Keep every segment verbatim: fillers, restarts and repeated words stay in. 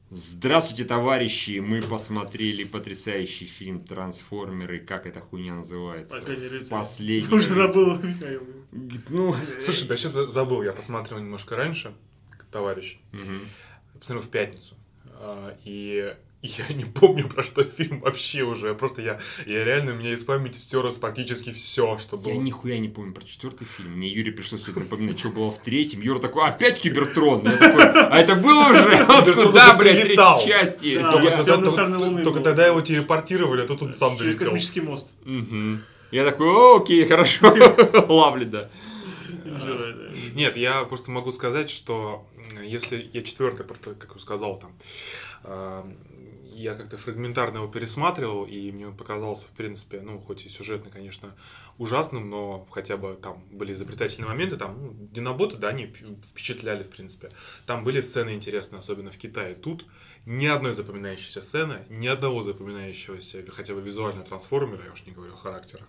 Здравствуйте, товарищи! Мы посмотрели потрясающий фильм «Трансформеры». Как эта хуйня называется? Последний рыцарь. Последний Ты уже рыцарь. забыл, Михаил. Ну, Слушай, да что-то забыл, я посмотрел немножко раньше, товарищ. Угу. Я посмотрел в пятницу. А, И я не помню, про что фильм вообще уже. Просто я, я реально, у меня из памяти стерлось практически все, что было. Я нихуя не помню про четвертый фильм. Мне Юре пришлось это напоминать, что было в третьем. Юра такой, опять Кибертрон. Я такой, а это было уже? Он такой, да, блядь, прилетал. третьей части. Да, Только, Я- это- только- «Темная сторона Луны» только был. тогда его телепортировали, а тут он сам Через долетел. космический мост. Мгм. Я такой, окей, хорошо, лавли, да. Живая, да. Нет, я просто могу сказать, что м, если я четвертый, просто, как я сказал, там, э, я как-то фрагментарно его пересматривал, и мне он показался, в принципе, ну, хоть и сюжетно, конечно, ужасным, но хотя бы там были изобретательные моменты, там, ну, диноботы, да, они впечатляли, в принципе. Там были сцены интересные, особенно в Китае. Тут ни одной запоминающейся сцены, ни одного запоминающегося, хотя бы визуально трансформера, я уж не говорю о характерах.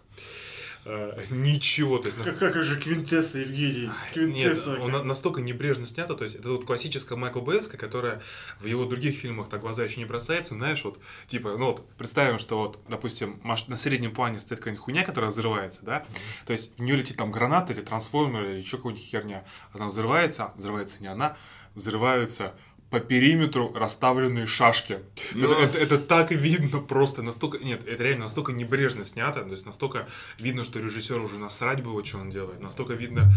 Э, Ничего, то есть Как, как же Квинтесса, Евгений? нет, Квинтесса. он на- настолько небрежно снято, то есть это вот классическая Майкла Бэевская, которая в его других фильмах так в глаза еще не бросается, знаешь, вот, типа, ну вот, представим, что вот, допустим, маш- на среднем плане стоит какая-нибудь хуйня, которая взрывается, да, то есть в нее летит там граната или трансформер или еще какая-нибудь херня, она взрывается, взрывается не она, взрываются по периметру расставленные шашки. Ну. Это, это- это так видно просто, настолько, нет, это реально настолько небрежно снято, то есть настолько видно, что режиссер уже насрать было, что он делает, настолько видно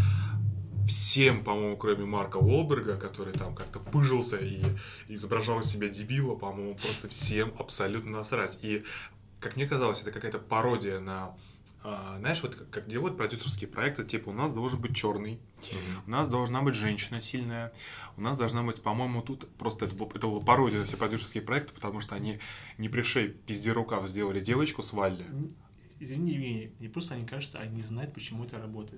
всем, по-моему, кроме Марка Уолберга, который там как-то пыжился и изображал из себя дебила, по-моему, просто всем абсолютно насрать. И, как мне казалось, это какая-то пародия на... а, знаешь, вот как, как делают продюсерские проекты, типа у нас должен быть черный, у нас должна быть женщина сильная, у нас должна быть, по-моему, тут просто это, был- это была пародия на все продюсерские проекты, потому что они не пришей пизде рукав сделали девочку с Валли. Извини, Евгений, мне просто они кажется, они знают, почему это работает.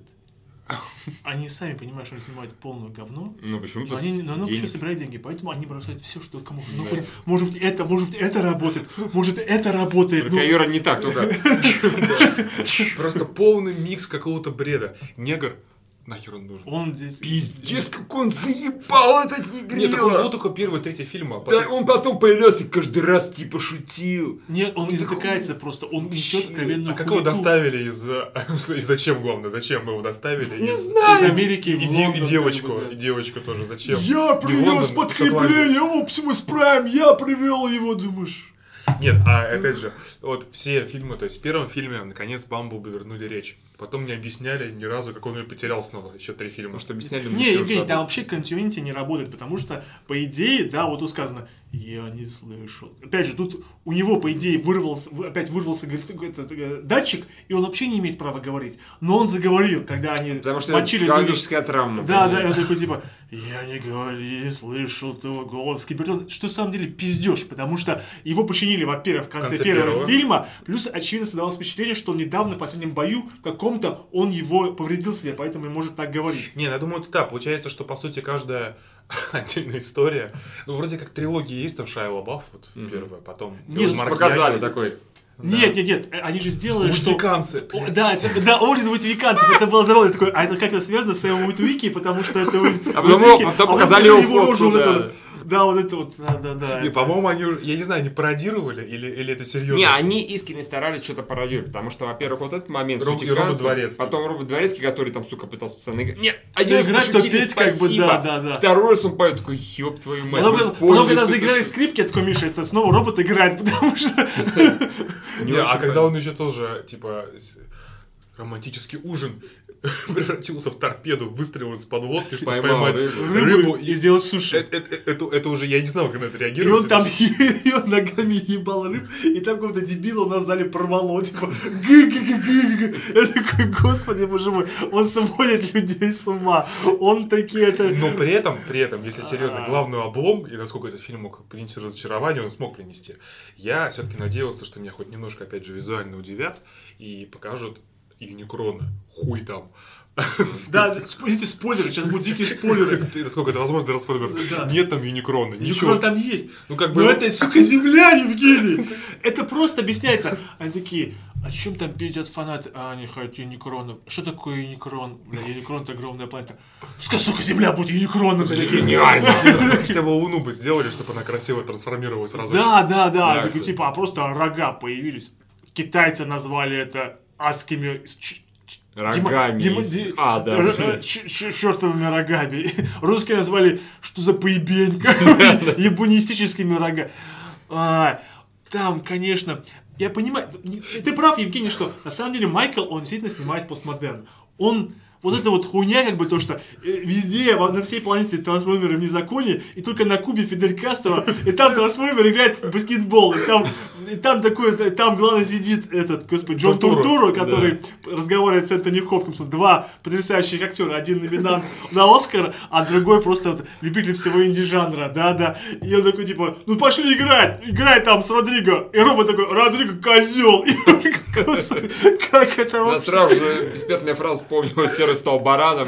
Они сами понимают, что они снимают полное говно, Ну, почему-то но они, но оно денег. почему собирают деньги, поэтому они бросают все, что кому. Ну, хоть, может быть, это, может быть, это работает, может, это работает. Только Ну, Юра не так туда. Просто полный микс какого-то бреда. Негр, нахер он нужен? он здесь... Пиздец, как он заебал этот Нет, так он был негрила. только первый, третий фильм, а Да, потом... он потом появлялся и каждый раз типа шутил. Нет, он не затыкается просто, он несет откровенную А как его хуету. доставили из... И зачем, главное, зачем мы его доставили? Не из... знаю. Из Америки И, в де- и Лондон, девочку, как бы, да. и девочку тоже зачем? Я Не в привез Лондон, в подкрепление, Optimus Prime, я привел его, думаешь? Нет, а опять же, вот все фильмы, то есть в первом фильме, наконец, Бамблби вернули речь. Потом не объясняли ни разу, как он ее потерял снова. Еще три фильма. Может, объясняли Не, Евгений, там вообще континуити не работает, потому что, по идее, да, вот тут сказано, я не слышал. Опять же, тут у него, по идее, вырвался, вы- опять вырвался говорит, этот, э, датчик, и он вообще не имеет права говорить. Но он заговорил, когда они Потому что это мочили с другим- психологическая травма. Да, да, понимаешь? и он такой типа, я не говорю, не слышал твой голос, Кибертрон. Что на самом деле пиздеж, потому что его починили, во-первых, в конце, В конце первого, первого. фильма, плюс, очевидно, создавалось впечатление, что недавно в последнем бою в каком-то он его повредил себе, поэтому и может так говорить. Не, ну, я думаю, это да. Получается, что, по сути, каждая отдельная история... Ну, вроде как трилогия есть, там Шайа Лабаф, вот первая, потом... Нет, Марк Показали Ягер. такой. Нет, нет, нет, э, они же сделали, что... Мультиканцы. О, да, это- да, орден витвиканцев, это было забавно. Я такой, а это как-то связано с Сэмом Уитвики, потому что это Уит- А потом- Уитвики, потом а вот показали это его фотку, рожу, вот да. это вот. Да, вот это вот, да, да, да. И, это- по-моему, они уже... Я не знаю, они пародировали или, или это серьезно? Не, они искренне старались что-то пародировать, потому что, во-первых, вот этот момент с Роб- и ватиканцем, Робот Дворецкий. потом Робот Дворецкий, который там, сука, пытался постоянно играть. Нет, один раз играть, то пошутили, петь, как бы, спасибо. да, да, да. Второй раз он поет, такой, ёб твою мать. Потом, мы когда- поняли, потом, когда что заиграли это- скрипки, я такой, Миша, это снова робот играет, потому что... Не Не, а очень когда понятно. он еще тоже, типа, с- романтический ужин превратился в торпеду, выстрелил из подводки, чтобы Поймал поймать рыбу. рыбу. и сделать суши. Это, это- это- это уже, я не знал, как на это И реагировать. он там, и он ногами ебал рыб, и там какого-то дебила у нас в зале порвало, типа, гы-гы-гы-гы-гы. Я такой, господи, боже мой, он сводит людей с ума. Он такие, это... Но при этом, при этом, если серьезно, главный облом, и насколько этот фильм мог принести разочарование, он смог принести. Я все-таки надеялся, что меня хоть немножко, опять же, визуально удивят и покажут Юникрона. Хуй там. Да, эти спойлеры, сейчас будут дикие спойлеры. Насколько это возможно, трансформер. Да. Нет там Юникрона, ничего. Юникрон там есть. Ну, как бы... Но это, сука, земля, Евгений. Это просто объясняется. Они такие, о чем там пиздят фанаты? А, они хотят Юникрона. Что такое Юникрон? Бля, Юникрон — это огромная планета. Пускай, сука, земля будет Юникроном. Гениально. Хотя бы Луну бы сделали, чтобы она красиво трансформировалась сразу. Да, да, да. Да, Такие, кстати. типа, а просто рога появились. Китайцы назвали это адскими... Рогами Дима- из Ди- ада. р- р- ч- ч- чертовыми рогами. Русские назвали, что за поебенька, ебунистическими рогами. А, Там, конечно, я понимаю, ты прав, Евгений, что на самом деле Майкл, он действительно снимает постмодерн. Он вот эта вот хуйня, как бы то, что э, везде, во- на всей планете трансформеры вне законе, и только на Кубе Фидель Кастро, и там трансформер играет в баскетбол, и там, и там такой, и там главное сидит этот, господи, Джон Туртуро, Туртуро, который разговаривает с Энтони Хопкинсом. Два потрясающих актера, один номинант на Оскар, а другой просто вот любитель всего инди-жанра, да-да. И он такой, типа, ну пошли играть, играй там с Родриго. И Рома такой, Родриго козел. И он такой, как это Я вообще? сразу же бессмертная фраза вспомнила, серый стал бараном.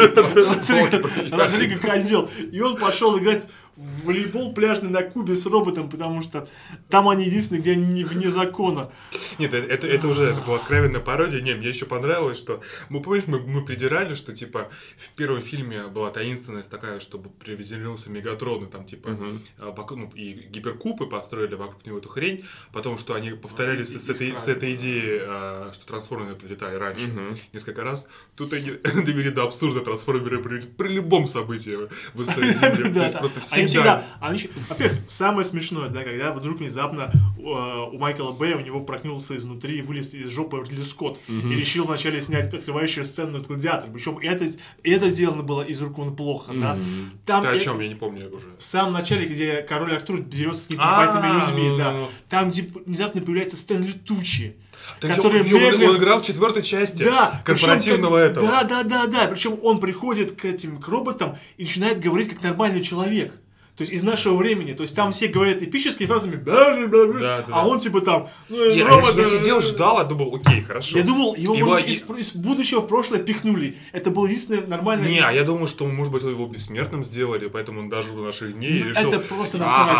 Родриго козел. И он пошел играть в волейбол пляжный на Кубе с роботом, потому что там они единственные, где они не вне закона. Нет, это, это, это уже это была откровенная пародия. Не, мне еще понравилось, что... Мы, помнишь, мы, мы придирали, что, типа, в первом фильме была таинственность такая, чтобы приземлился Мегатрон, и там, типа, а, вокруг- ну, и гиперкубы построили вокруг него эту хрень. Потом, что они повторяли с, с этой, с этой идеей, а, что трансформеры прилетали раньше несколько раз. Тут они довели до абсурда трансформеры при, при любом событии в истории Земли. То есть просто Они всегда... всегда, они еще- во-первых, самое смешное, да, когда вдруг внезапно э, у Майкла Бэя у него прокнулся изнутри и вылез из жопы Ридли Скотт и решил вначале снять открывающую сцену с гладиатором. Причем это, это сделано было из рук вон плохо, да. Там Ты о э- чем? Я не помню уже. в самом начале, где король Артур дерется с какими-то А, байтами людьми, ну, да, ну, ну. там типа, внезапно появляется Стэнли Тучи. Так который что он, медленно- он играл в четвертой части Да, корпоративного причем, этого. Да, да, да, да. Причем он приходит к этим к роботам и начинает говорить как нормальный человек. То есть из нашего времени. То есть там все говорят эпическими фразами, бла-бла-бла-бла, Да, да, а да. он типа там, ну, Я, робот, я э, сидел, ждал, а думал, окей, хорошо. Я думал, его, Его- может, и- из, из будущего в прошлое пихнули. Это было единственное нормальное Не, место. а я думал, что, может быть, его бессмертным сделали, поэтому он дожил до наших дней и решил... Это просто насрать.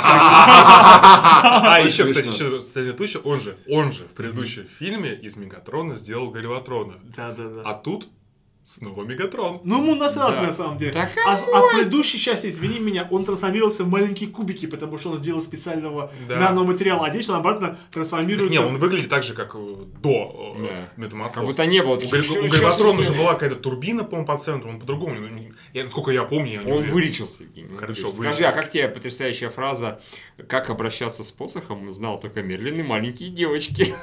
А, еще, кстати, Смешно. еще Стэнли Тучи, он же, он же в предыдущем фильме из Мегатрона сделал Гальватрона. Да, да, да. А тут снова Мегатрон. Ну, ему насрать Да. на самом деле. Так а, а в предыдущей части, извини меня, он трансформировался в маленькие кубики, потому что он сделал специального Да. наноматериала. А здесь он обратно трансформируется. Не, он выглядит так же, как э, до э, Да. метаморфоза. Как будто не было У таких Галь- у сейчас Гальватрона все- же была какая-то турбина, по-моему, по центру, он по-другому. ну, не- Я, насколько я помню, я не Он уверен. вылечился, Евгений. он Хорошо, вылечился. вылечился. Скажи, а как тебе потрясающая фраза, как обращаться с посохом, знал только Мерлин и маленькие девочки.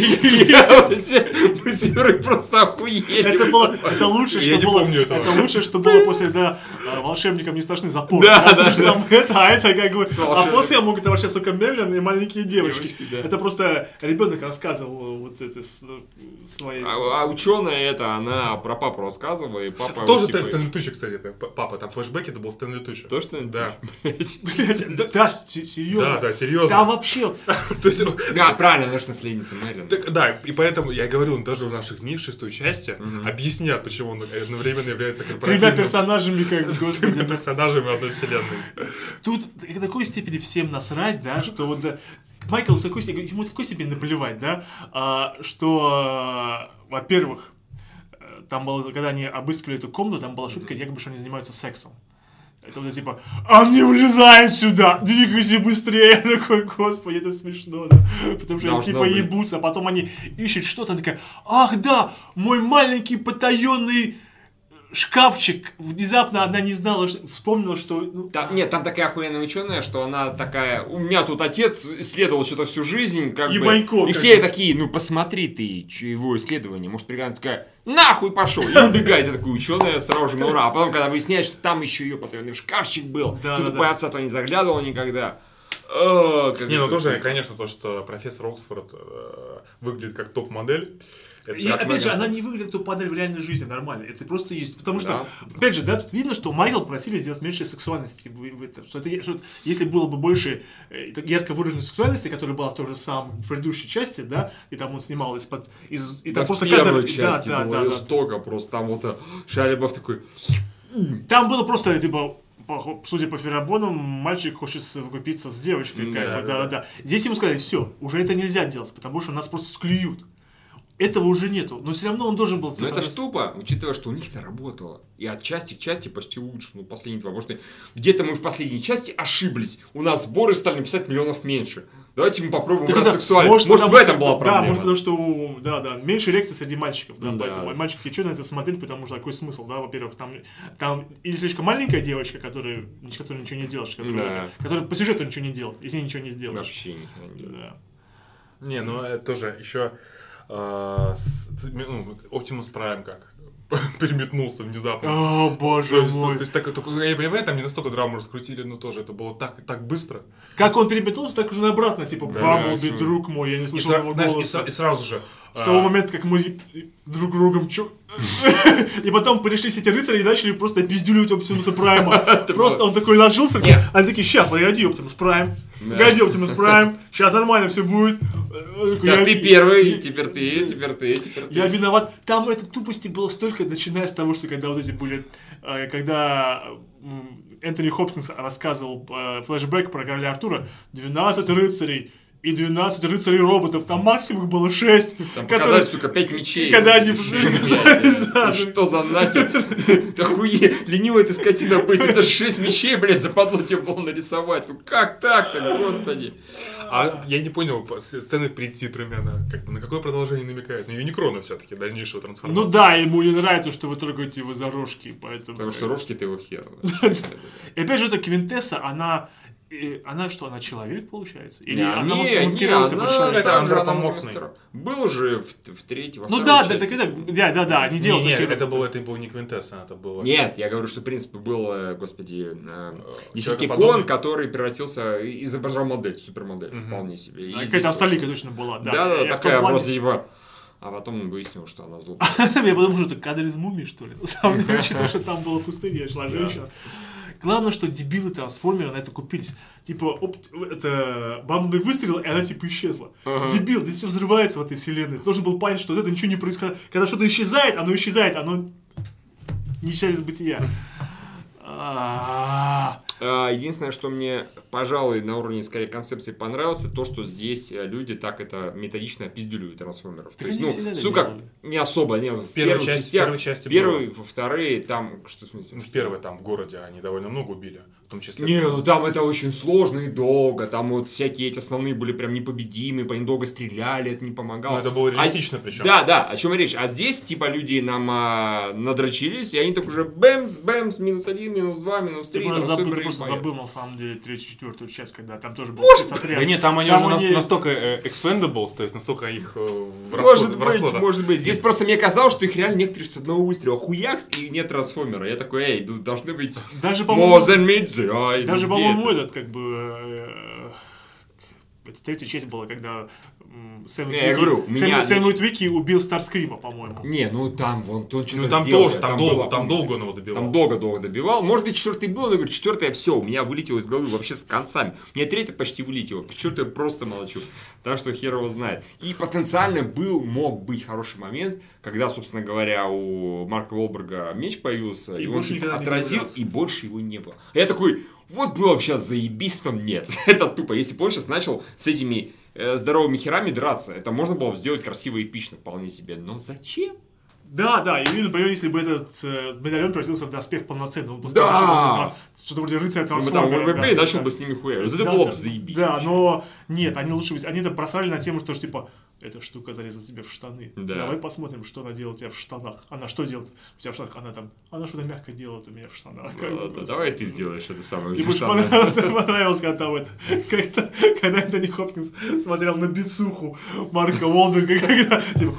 Я вообще, мы с Юрой просто охуели. Это было, это лучше, Я что не было. помню этого. Это лучше, что было после, да, а, волшебникам не страшны запоры. Да, то да, же самое это, а это как бы. А волшебником. после могут обращаться только Мерлин и маленькие девочки. Девочки, да. Это просто ребенок рассказывал вот это с- своей. А, а ученая это, она про папу рассказывала, и папа... Тоже типа, Стэнли Тучи, кстати, это п- папа, там флешбеки, это был Стэнли Тучи. То, что... Да. Блядь, да, да, с- серьезно. Да, да, серьезно. Там вообще. То есть, Да, правильно, наша наследница Мерлин. так, да, и поэтому я говорю, он даже в наших дней, в шестой части, объяснят, почему он одновременно является Тремя корпоративным персонажами, как, господи. персонажами одной вселенной. Тут до такой степени всем насрать, да, что вот да, Майкл в такой степени, ему в такой степени наплевать, да, а, что, а, во-первых, э, там было, когда они обыскивали эту комнату, там была шутка, якобы, что они занимаются сексом. Это вот типа, а не влезает сюда, двигайся быстрее. Я такой, господи, это смешно, да. Потому что они Должно типа быть. ебутся, а потом они ищут что-то, она такая, ах да, мой маленький потаенный шкафчик. Внезапно она не знала, что- вспомнила, что... ну, Там- нет, там такая охуенная ученая, что она такая, у меня тут отец исследовал что-то всю жизнь, как Ебанько, бы, и как все бы. такие, ну посмотри ты, чё его исследование, может прикольно, такая, нахуй пошел, и убегает, я такая ученая, сразу же на ура, а потом, когда выясняется, что там еще ее потаенный шкафчик был, Да, тут да, по да. отца то не заглядывал никогда. О, как Не, ну это- тоже, конечно, то, что профессор Оксфорд э, выглядит как топ-модель. Это И брак опять же, Меган она Фокс. не выглядит как модель в реальной жизни, нормально. Это просто есть. Потому что, Да. опять же, да, тут видно, что Майкл просили сделать меньше сексуальности. в- в этом. Что это, что если было бы больше э, так ярко выраженной сексуальности, которая была в той же самом в предыдущей части, да, и там он снимал из-под. Из, и там Да, просто в первой кадр. части да, да, было да, её да. столько просто. Там вот а, Шайа Лабаф такой... Там было просто, типа, по- судя по феромонам, мальчик хочет совокупиться с девочкой. Да, как бы, да, да, да, да. Здесь ему сказали, все, уже это нельзя делать, потому что нас просто склюют. Этого уже нету. Но все равно он должен был Но сделать. это ж тупо, учитывая, что у них это работало. И от части к части почти лучше. Ну, последние два. Потому что где-то мы в последней части ошиблись. У нас сборы стали на пятьдесят миллионов меньше. Давайте мы попробуем Так раз это, сексуальность. Может, в потому этом что- была Да, проблема. может, потому что, у- да, да, меньше реакций среди мальчиков, да, Да. поэтому мальчики что на это смотреть, потому что какой смысл, да, во-первых, там, там или слишком маленькая девочка, которая, которая ничего не сделаешь, которая, Да. это- которая по сюжету ничего не делает, из нее ничего не сделаешь. Вообще ни хера не делает. Да. Не, ну это тоже еще э, с- ну, Оптимус Прайм как переметнулся внезапно. О, То боже есть, мой. то есть так, только, я понимаю, там не настолько драму раскрутили, но тоже это было так, так быстро. Как он переметнулся, так уже обратно, типа, Да, Бамблби, да, друг мой, я не И, слышал сра- его знаешь, и, голоса. сра- и сразу же... С того а, момента, как мы друг другом чё... И потом пришли все эти рыцари и начали просто пиздюливать Оптимуса Прайма. Просто он такой ложился, такие, они такие, ща, погоди, Оптимус Прайм, погоди, Оптимус Прайм, сейчас нормально все будет. Он такой, Так, «Я- ты первый, теперь ты, теперь ты, теперь ты. Я виноват. Там этой тупости было столько, начиная с того, что когда вот эти были, э, когда м, Энтони Хопкинс рассказывал э, флешбэк про короля Артура, двенадцать рыцарей и двенадцать рыцарей роботов, там максимум их было шесть. Там которые- показали, сука, пять мечей. Когда они Блядь, показались, да, ну Что за нахер? Да хуе, ленивая ты скотина быть. Это же шесть мечей, блядь, западло тебе было нарисовать. Ну как так-то, господи? А я не понял, по- с- сцены перед титрами, она как бы на какое продолжение намекает? Ну, Юникрона все-таки, дальнейшего трансформации. Ну да, ему не нравится, что вы трогаете его за рожки, поэтому... Потому что рожки ты его хер. И опять же, эта Квинтесса, она... э, Она что, она человек, получается? Или Не, она не, может не, маскироваться она под человека? это так же, она антропоморфный. мастер. Был же в, в третьей, во Ну второй да, да, части. так это, да, да, да, они Не, делают не, такие это, роботы. было, это был не Квинтесса, это было... Нет, я говорю, что в принципе был, э, господи, э, Десептикон, Человекоподобный. который превратился, и- изображал модель, супермодель, Мгм. вполне себе. И А здесь какая-то тоже. Австралийка точно была, да. Да, да, И в том такая плане- просто типа. А потом он выяснил, что она зло. Я подумал, что это кадр из мумии, что ли. На самом деле, учитывая, что там была пустыня, шла женщина. Главное, что дебилы трансформеры на это купились. Типа, оп, это Бамблби выстрелил, и она типа исчезла. Ага. Дебил, здесь все взрывается в этой вселенной. Должен был понять, что вот это ничего не происходит. Когда что-то исчезает, оно исчезает, оно не исчезает из бытия. А, А, Единственное, что мне, пожалуй, на уровне скорее концепции понравилось, это то, что здесь э, люди так это методично пиздюливают трансформеров. Так То есть, они ну, всегда это сука, делали. не особо, не, в первой первых части- частях, первой части первый, во вторые, там, что в смысле? Ну, в первой там в городе они довольно много убили, в том числе... Не, ну там это очень сложно и долго, там вот всякие эти основные были прям непобедимые, по ним долго стреляли, это не помогало. Ну, это было А- реалистично причем. Да, да, о чем речь. А здесь, типа, люди нам а, надрочились, и они так уже бэмс, бэмс, минус один, минус два, минус Ты три. просто, там забыл, супер ты просто и поет. забыл, на самом деле, третью, четвертую часть, когда там тоже был Может, спецотряд. Да нет, там они Там уже нас- они- настолько э, expendables, то есть настолько их э, вросло- Может быть, вросло, да. может быть. Здесь просто мне казалось, что их реально некоторые с одного выстрела хуякс, и нет трансформера. Я такой, эй, ну, должны быть Даже, more по-моему, than me, ай, ну, даже, где по-моему, это? этот, как бы, э, это третья часть была, когда м, Сэм Не, я говорю, Уитвики- меня- Сэм, Сэм Уитвики убил Старскрима, по-моему. Не, ну там, вон, он что-то Ну там сделал, тоже, там, долго, было- там долго он его добивал. Там долго-долго добивал. Может быть, четвертый был, но я говорю, четвертая все, у меня вылетело из головы вообще с концами. У меня третья почти вылетела, четвертая просто молчу. Так что хер его знает. И потенциально был, мог быть хороший момент, когда, собственно говоря, у Марка Уолберга меч появился, И и, он больше типа, никогда не отразил, появлялся. и больше его не было. Я такой, вот было бы сейчас заебись, потом нет. Это тупо. Если бы он сейчас начал с этими э, здоровыми херами драться, это можно было бы сделать красиво и эпично вполне себе. Но зачем? Да, да, и например, если бы этот э, медальон превратился в доспех полноценный, он бы Да! стал что-то вроде рыцаря Ну, там трансформера. ВВП да, и начал да. бы с ними хуярить. Это Да, было да, бы заебись. Да, вообще. но нет, они лучше, они это просрали на тему, что ж, типа, эта штука залезла тебе в штаны. Да. Давай посмотрим, что она делает у тебя в штанах. Она что делает у тебя в штанах? Она там, она что-то мягко делает у меня в штанах. Как бы, Ладно, давай ты сделаешь это самое. Мне больше понравилось, понравилось, когда там это, когда, когда Энтони Хопкинс смотрел на бицуху Марка Уолберга, когда, типа,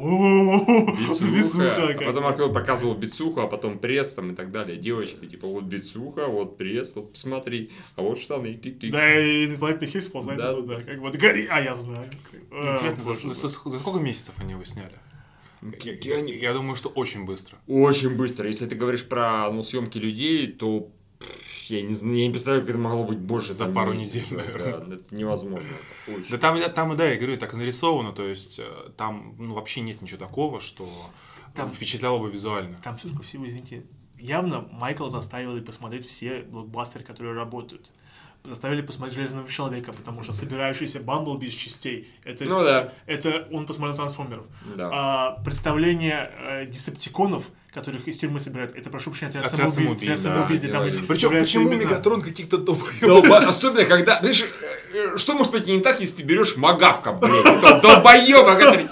о Бицуха. А как. потом Марк Уолберг показывал бицуху, а потом пресс там и так далее. Девочка, типа, вот бицуха, вот пресс, вот посмотри, а вот штаны. Тик-тик. Да, и инопланетный хищник сползается Да. туда, как бы, такая, а я знаю. А, Интересно, за, боже за- мой. за- за сколько месяцев они его сняли? Я, я- я думаю, что очень быстро. Очень быстро. Если ты говоришь про ну, съемки людей, то пф, я не знаю, я не представляю, как это могло быть больше. За там, пару месяцев. недель, наверное. Да, это невозможно. Очень. Да там, там и да, я говорю, так и нарисовано, то есть э, там ну, вообще нет ничего такого, что Там- там впечатляло бы визуально. Там, столько всего, извините, явно Майкл заставил посмотреть все блокбастеры, которые работают. Заставили посмотреть Железного Человека, потому что собирающийся Бамблби из частей, это, Ну да. это он посмотрел Трансформеров. Да. А, представление э, десептиконов, которых из тюрьмы собирают, это, прошу прощения, отряд Отряд самоубийц, отряд самоубийц, да, самоубийц, где там говорили. Причем, появляются почему имена. Мегатрон каких-то долбоёбов? Долба- Особенно, когда... Знаешь, э, что может быть не так, если ты берешь Магавка, блядь, этого долбоеба, который...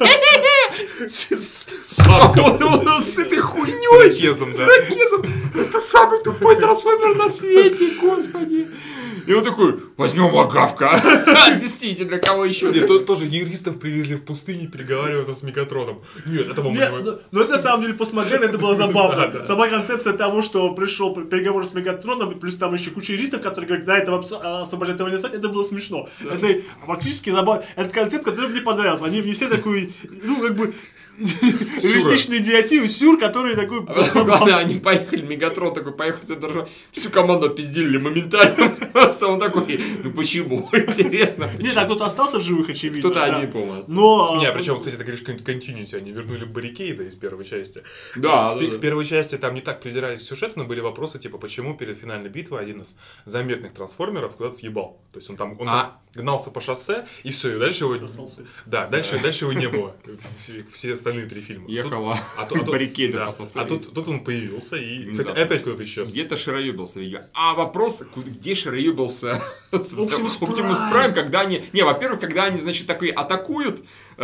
С с этой хуйней, ирокезом, с да. ирокезом. Это самый тупой трансформер на свете, господи. И он такой, возьмем Магавка. Действительно, кого еще? Нет, то- тоже юристов привезли в пустыне переговариваться с Мегатроном. Нет, этого мы Нет, не... ну, ну, это на самом деле посмотрели, это было забавно. Сама концепция того, что пришел переговор с Мегатроном, плюс там еще куча юристов, которые говорят, да, это освобождать его не стоит, это было смешно. Это фактически забавно. Это концепт, который мне понравился. Они внесли такую, ну, как бы, реалистичную идиотию, сюр, который такой... А потом, главное, они поехали, Мегатрон такой поехал, все даже всю команду опиздили моментально. Просто он такой, ну почему? Интересно. Нет, так кто-то остался в живых, очевидно. Кто-то да. один, по-моему. Но... Не, причем, кстати, ты говоришь, континьюти, они вернули баррикейды из первой части. Да, в, да, пи- да. в первой части там не так придирались к сюжету, но были вопросы, типа, почему перед финальной битвой один из заметных трансформеров куда-то съебал. То есть он там, он А. там гнался по шоссе, и все, и дальше его... Да, дальше, дальше его не было. Все, все остальные три фильма. Ехала А тут- а тут- баррикейды да, по а тут, тут он появился и, кстати, Да. опять куда-то исчез. Где-то шароебился, видимо. А вопрос, ку- где шароебился Optimus Оптимус Prime. Прайм, когда они... Не, во-первых, когда они, значит, такие атакуют,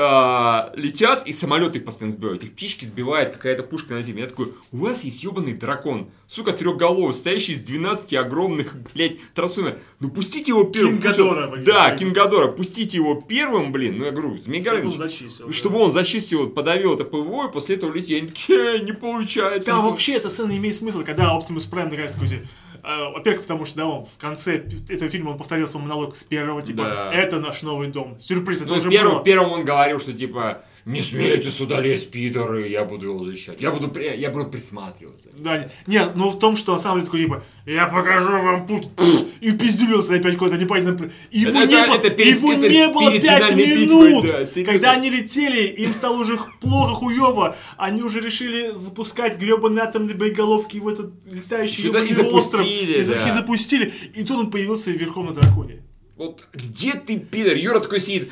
э, летят, и самолеты их постоянно сбивают. Их птички сбивает какая-то пушка на земле. Я такой, у вас есть ебаный дракон. Сука, трехголовый, стоящий из двенадцати огромных, блядь, трансформеров. Ну пустите его первым. Кингадора, Пусть он- вы Да, говорите. Кингадора. Пустите его первым, блин. Ну, я говорю, Змей Чтобы он Горыныч. зачистил. Чтобы он зачистил, подавил это ПВО, и после этого летит. Они такие, «Э, не получается. Там не вообще эта сцена имеет смысл, когда Optimus Prime наконец такой, э, во-первых, потому что, да, он в конце этого фильма он повторил свой монолог с первого, типа, Да. это наш новый дом. Сюрприз, это Ну, уже в, первом, было. в первом он говорил, что типа не смейте сюда лезть, пидоры, я буду его защищать. Я буду, при- я буду присматриваться. Да, не- нет, ну в том, что на самом деле такой, типа, я покажу вам путь, пф, и пиздюлился опять какой-то непонятно. Его Это- не, это- было, это перед- его это не было перед пять финальной минут. битвой, да, серьезно. Когда они летели, им стало уже плохо, хуево, они уже решили запускать гребаные атомные боеголовки в этот летающий Что-то и ёбаный остров. запустили, И, за- да. и запустили, и тут он появился верхом на драконе. Вот где ты, пидор? Юра такой сидит,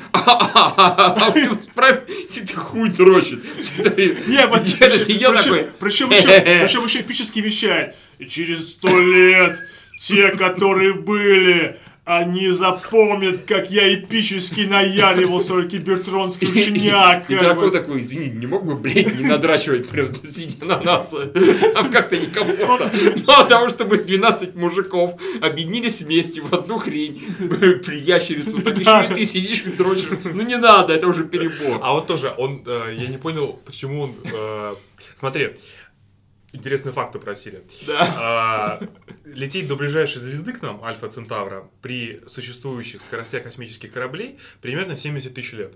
а Оптимус Прайм сидит и хуй дрочит. Не, вот, Где-то сидел такой. причем, еще, причем еще эпически вещает. И через сто лет те, которые были, они запомнят, как я эпически наяривал свой кибертронский ученяк. И как дракон бы. такой, извини, не мог бы, блядь, не надрачивать прям сидя на нас? Там как-то некомфортно. Мало того, чтобы двенадцать мужиков объединились вместе в одну хрень, при ящерицу, так еще и ты сидишь и дрочишь. Ну не надо, это уже перебор. А вот тоже, он, э, я не понял, почему он... э, смотри, интересные факты просили. Да. А, лететь до ближайшей звезды к нам, Альфа Центавра, при существующих скоростях космических кораблей примерно семьдесят тысяч лет.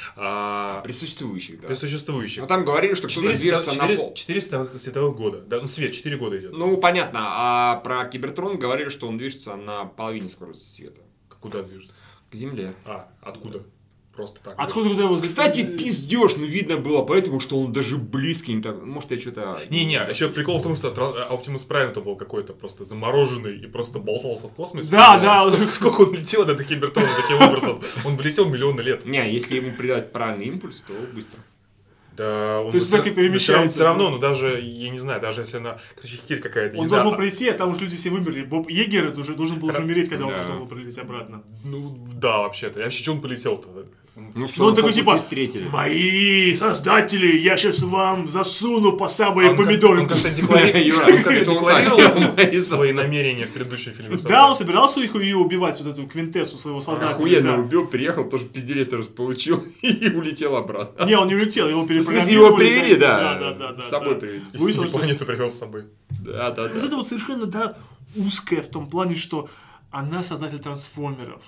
А, При существующих, да. при существующих. Но там говорили, что кто-то движется на пол. четыреста световых года. Да, ну, свет, четыре года идет. Ну, понятно. А про Кибертрон говорили, что он движется на половине скорости света. Куда движется? К Земле. А, откуда? Просто так. Откуда куда его за- Кстати, пиздеж, ну видно было, поэтому что он даже близкий не так. Может, я что-то. Не-не, еще прикол в том, что Тран- Оптимус Прайм это был какой-то просто замороженный и просто болтался в космосе. Да, да. Сколько, сколько он летел до Кибертрона таким образом? Он бы летел миллионы лет. Не, если ему придать правильный импульс, то быстро. Да, он То есть бы так и всё- перемещается, Все равно, да? ну даже, я не знаю, даже если она, короче, херь какая-то, не Он знаю, должен был а- прийти, а там уже люди все вымерли. Боб Егер это уже должен был уже умереть, когда он Да. должен был прилететь обратно. Ну, да, вообще-то. И вообще, что он полетел-то? Ну Ну он такой по типа, пути встретили. мои создатели, я сейчас вам засуну по самые Он как- помидоры. Он как-то деклари- Юра, он как-то это он декларировал так. свои намерения в предыдущем фильме. что Да, он- он собирался их ее убивать, вот эту квинтессу своего создателя. Охуенно да. убил, приехал, тоже пизделец раз получил и улетел обратно. Не, он не улетел, его В перепрограммировали. смысле, его привели, да. Да, да, да, да. С собой да. привели. Выяснилось, И что планету привез с собой. Да, да, вот да. это вот совершенно, да, узкая в том плане, что она создатель трансформеров.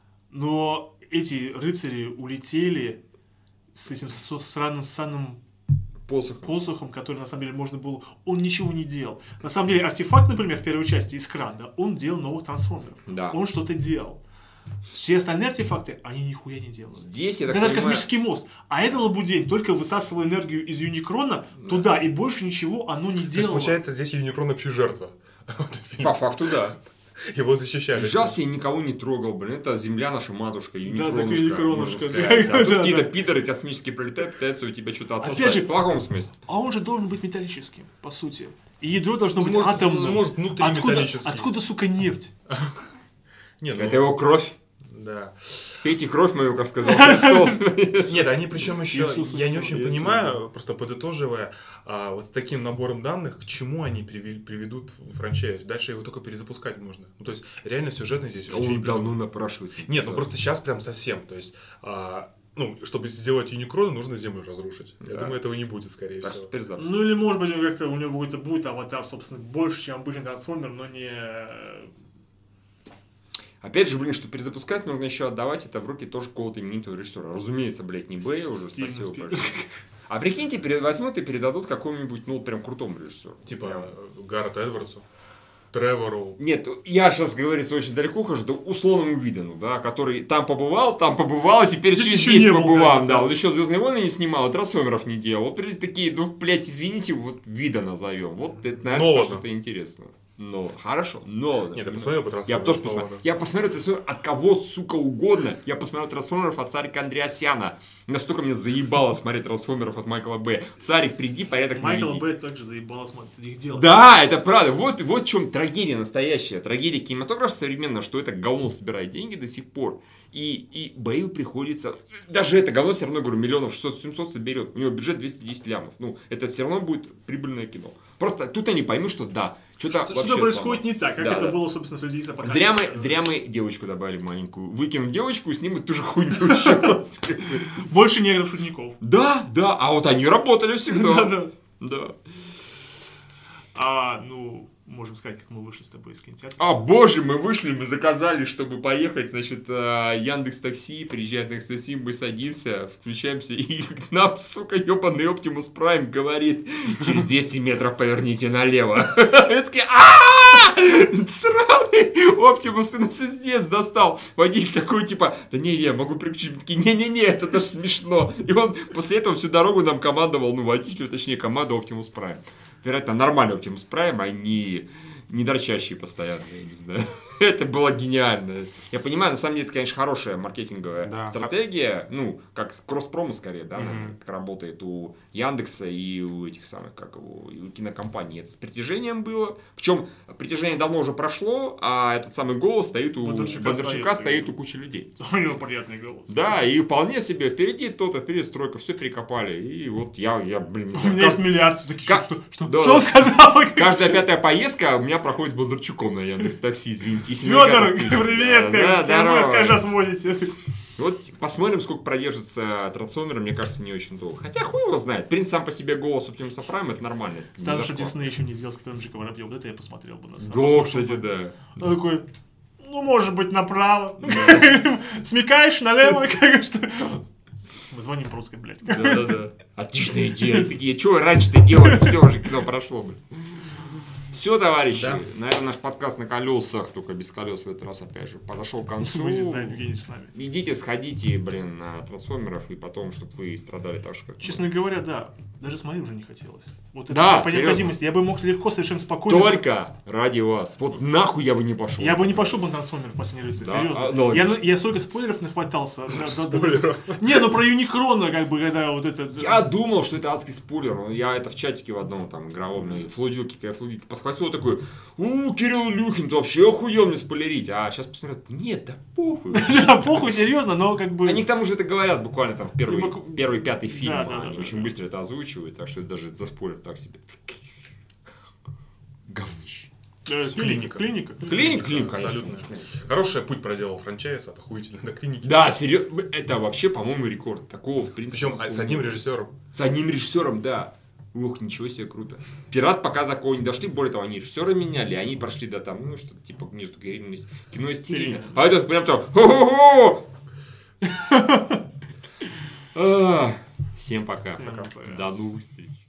Но эти рыцари улетели с этим со- сраным, санным Посох. посохом, который на самом деле можно было... Он ничего не делал. На самом деле артефакт, например, в первой части Искра, да, он делал новых трансформеров. Да. Он что-то делал. Все остальные артефакты, они нихуя не делали. Здесь, я Да так даже понимаю... космический мост. А это Лабудень только высасывал энергию из Юникрона да. туда, и больше ничего оно не То есть, делало. получается, здесь Юникрон вообще жертва. По факту, да. Его защищали. Жался и никого не трогал, блин. Это земля наша матушка, Юникронушка. Да, так Юникронушка. А тут какие-то пидоры космические прилетают, пытаются у тебя что-то отсосать. Опять же, в плохом смысле. А он же должен быть металлическим, по сути. И ядро должно быть может, атомным. может, внутри откуда, металлический. откуда, сука, нефть? Нет, Это его кровь. Да. Пейте кровь мою, как сказал Христос. Нет, они причем еще, Иисус, я не очень Иисус, понимаю, просто подытоживая, а, вот с таким набором данных, к чему они приве- приведут в франчайз. Дальше его только перезапускать можно. Ну, то есть, реально сюжетно здесь вообще не Он давно придумано. напрашивается. Нет, ну просто сейчас прям совсем. То есть, а, ну, чтобы сделать Юникрона, нужно Землю разрушить. Я Да. думаю, этого не будет, скорее Так, всего. теперь запуск. Ну или может быть как-то у него какой-то будет аватар, собственно, больше, чем обычный трансформер, но не... Опять же, блин, что перезапускать нужно еще отдавать это в руки тоже какого-то именитого режиссера. Разумеется, блядь, не Бэй уже, Стивен спасибо Спилберг. большое. А прикиньте, перед возьмут и передадут какому-нибудь, ну, прям крутому режиссеру. Типа Гаррету Эдвардсу, Тревору. Нет, я сейчас, говорится, очень далеко хожу, да условному Видану, да, который там побывал, там побывал, а теперь Здесь здесь, еще здесь не был, побывал, да, да. да. Он еще «Звездные войны» не снимал, и «Трансформеров» не делал. Вот прежде такие, ну, блядь, извините, вот Вида назовем. Вот это, наверное, Нолана. что-то интересное. Но хорошо, но... Нет, я посмотрел по Я Трансформерам. тоже посмотрел. Я посмотрел «Трансформеров» от кого, сука, угодно. Я посмотрел «Трансформеров» от Царика Андреасяна. Настолько мне заебало смотреть «Трансформеров» от Майкла Б. Царик, приди, порядок Майкл наведи. Бэй также заебало смотреть их делать. Да, это правда. Вот, вот в чем трагедия настоящая. Трагедия кинематографа современного, что это говно собирает деньги до сих пор. И, и Бэйлу приходится... Даже это говно все равно, говорю, миллионов шестьсот-семьсот соберет. У него бюджет двести десять лямов. Ну, это все равно будет прибыльное кино. Просто тут они поймут, что да, что-то Что-то, вообще что происходит сломано. не так, как Да, это да. было, собственно, с «Людей из апокалипсиса». Зря мы, зря мы девочку добавили маленькую. Выкинут девочку и снимут ту же хуйню еще раз. Больше негров-шутников. Да, да, а вот они работали всегда. Да-да. Да. А, ну, можем сказать, как мы вышли с тобой из кинотеатра. А, боже, мы вышли, мы заказали, чтобы поехать, значит, Яндекс Такси, приезжает Яндекс Такси, мы садимся, включаемся, и нам, сука, ебаный Оптимус Прайм говорит, через двести метров поверните налево. Я такие, ааа! Сраный Оптимус, ты нас здесь достал. Водитель такой, типа, да не, я могу переключить. Мы такие, не-не-не, это даже смешно. И он после этого всю дорогу нам командовал, ну, водителю, точнее, команду Оптимус Прайм. Вероятно, нормальный Оптимус Прайм, а не, не дрочащие постоянно, я не знаю. Это было гениально. Я понимаю, на самом деле, это, конечно, хорошая маркетинговая Да. стратегия. Ну, как кросс-промо скорее, да, Мгм. наверное, как работает у Яндекса и у этих самых, как его, и у кинокомпаний. Это с притяжением было. Причем притяжение давно уже прошло, а этот самый голос стоит у Бондарчука Бондарчука, остается. стоит у кучи людей. У него приятный голос. Да, и вполне себе впереди то-то, перестройка, все перекопали. И вот я, я блин, не У знаю, меня как- есть миллиард. Все такие, Как- что, что, Да, что он да. сказал? Каждая пятая поездка у меня проходит с Бондарчуком на Яндекс Такси, извините. Если Федор, навигатор включен. привет, Да, как да, вы здорово. скажи, сводите. Вот посмотрим, сколько продержится трансформеры, мне кажется, не очень долго. Хотя хуй его знает. В принципе, сам по себе голос Оптимуса Прайм это нормально. это не Странно, что зашквар. Дисней еще не сделал с Капитаном Джека Воробьем. Вот это я посмотрел бы на самом Да, деле. кстати, да. Он такой, ну, может быть, направо. Смекаешь налево, как что... Мы звоним по русской, блядь. Да-да-да. Отличная идея. Такие, что вы раньше-то делали? Все, уже кино прошло, блин. Все, товарищи, Да. наверное, наш подкаст на колесах, только без колес в этот раз, опять же, подошел к концу. Мы не знаем, Евгений с нами. Идите, сходите, блин, на трансформеров, и потом, чтобы вы страдали так же, как мы. Честно говоря, да. Даже смотреть уже не хотелось. Вот это Да, по серьезно. необходимости. Я бы мог легко, совершенно спокойно... Только ради вас. Вот нахуй я бы не пошел. Я бы не пошел бы на трансформер в последнее лице, Да? серьезно. А, ну, я, логично. я столько спойлеров нахватался. Да, да, да. Спойлеров. Не, ну про Юникрона, как бы, когда вот это... Я думал, что это адский спойлер. Я это в чатике в одном там игровом, на флудилке, когда я флудилки подхватил, такой, у, Кирилл Илюхин, ты вообще охуел мне спойлерить. А сейчас посмотрят, нет, да похуй. Да, похуй, серьезно, но как бы... Они к тому же это говорят буквально там в первый, Ну, баку- первый пятый фильм. Да, да, Они да, очень да. быстро это озвучивают, так что это даже за спойлер так себе. Говнище. Э, Клиника. Клиника. Клиника, клиника, конечно. Абсолютно. Хороший путь проделал франчайз от охуительно до клиники. Да, серьезно, это вообще, по-моему, рекорд. Такого, в принципе, Причем у нас с одним было. режиссером. С одним режиссером, да. Ох, ничего себе, круто. Пират пока такого не дошли, более того, они режиссера меняли, они прошли до там, ну, что-то типа между кино и кино и стилем. А этот прям там, хо-хо-хо! А, Всем пока. Всем пока. До новых встреч.